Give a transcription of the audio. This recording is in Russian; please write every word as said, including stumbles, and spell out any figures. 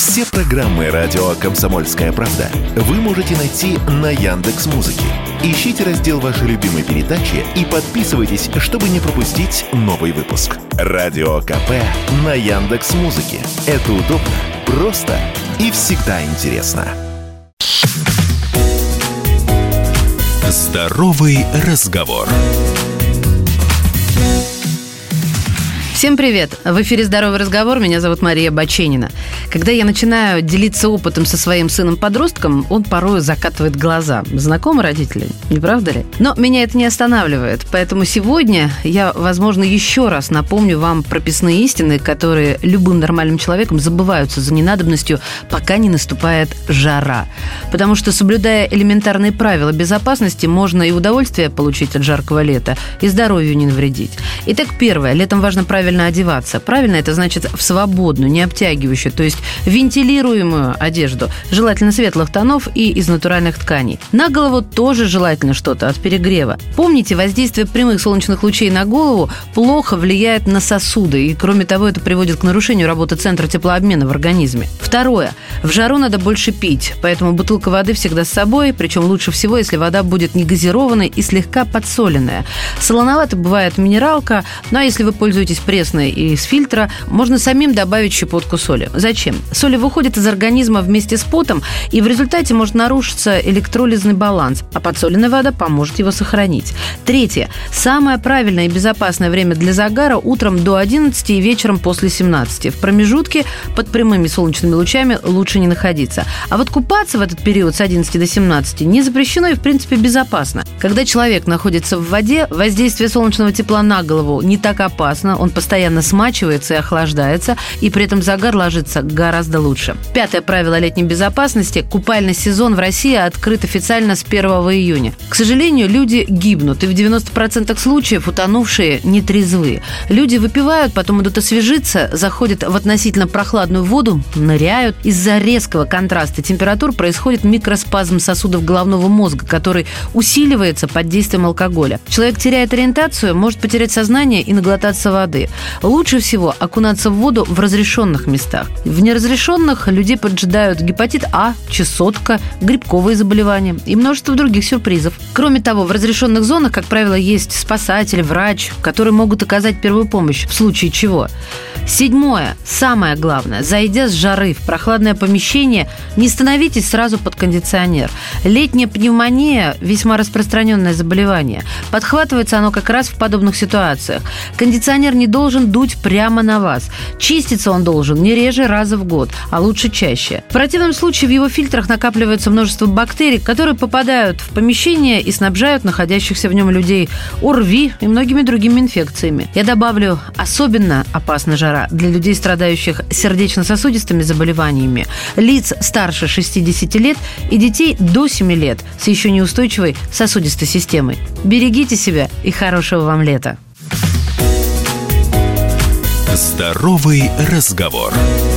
Все программы радио «Комсомольская правда» вы можете найти на Яндекс.Музыке. Ищите раздел вашей любимой передачи и подписывайтесь, чтобы не пропустить новый выпуск. Радио КП на Яндекс.Музыке. Это удобно, просто и всегда интересно. Здоровый разговор. Всем привет! В эфире «Здоровый разговор». Меня зовут Мария Баченина. Когда я начинаю делиться опытом со своим сыном-подростком, он порой закатывает глаза. Знакомы родители? Не правда ли? Но меня это не останавливает. Поэтому сегодня я, возможно, еще раз напомню вам прописные истины, которые любым нормальным человеком забываются за ненадобностью, пока не наступает жара. Потому что, соблюдая элементарные правила безопасности, можно и удовольствие получить от жаркого лета, и здоровью не навредить. Итак, первое. Летом важно правильно одеваться. Правильно это значит в свободную, не обтягивающую, то есть вентилируемую одежду, желательно светлых тонов и из натуральных тканей. На голову тоже желательно что-то от перегрева. Помните, воздействие прямых солнечных лучей на голову плохо влияет на сосуды, и кроме того, это приводит к нарушению работы центра теплообмена в организме. Второе. В жару надо больше пить, поэтому бутылка воды всегда с собой, причем лучше всего, если вода будет не газированной и слегка подсоленная. Солоновато бывает минералка, ну а если вы пользуетесь пресной и из фильтра, можно самим добавить щепотку соли. Зачем? Соль выходит из организма вместе с потом, и в результате может нарушиться электролизный баланс, а подсоленная вода поможет его сохранить. Третье. Самое правильное и безопасное время для загара утром до одиннадцати и вечером после семнадцати. В промежутке под прямыми солнечными лучами лучше не находиться. А вот купаться в этот период с одиннадцати до семнадцати не запрещено и, в принципе, безопасно. Когда человек находится в воде, воздействие солнечного тепла на голову не так опасно, он постоянно смачивается и охлаждается, и при этом загар ложится гораздо лучше. Пятое правило летней безопасности. Купальный сезон в России открыт официально с первого июня. К сожалению, люди гибнут, и в девяноста процентах случаев утонувшие нетрезвы. Люди выпивают, потом идут освежиться, заходят в относительно прохладную воду, ныряют. Из-за резкого контраста температур происходит микроспазм сосудов головного мозга, который усиливается под действием алкоголя. Человек теряет ориентацию, может потерять сознание и наглотаться воды. Лучше всего окунаться в воду в разрешенных местах. В неразрешенных людей поджидают гепатит А, чесотка, грибковые заболевания и множество других сюрпризов. Кроме того, в разрешенных зонах, как правило, есть спасатель, врач, которые могут оказать первую помощь, в случае чего. Седьмое, самое главное, зайдя с жары в прохладное помещение, не становитесь сразу под кондиционер. Летняя пневмония – весьма распространенное заболевание. Подхватывается оно как раз в подобных ситуациях. Кондиционер не должен дуть прямо на вас. Чиститься он должен не реже раза в год, а лучше чаще. В противном случае в его фильтрах накапливается множество бактерий, которые попадают в помещение и снабжают находящихся в нем людей ОРВИ и многими другими инфекциями. Я добавлю, особенно опасна жара для людей, страдающих сердечно-сосудистыми заболеваниями, лиц старше шестидесяти лет и детей до семи лет с еще неустойчивой сосудистой системой. Берегите себя и хорошего вам лета! Здоровый разговор.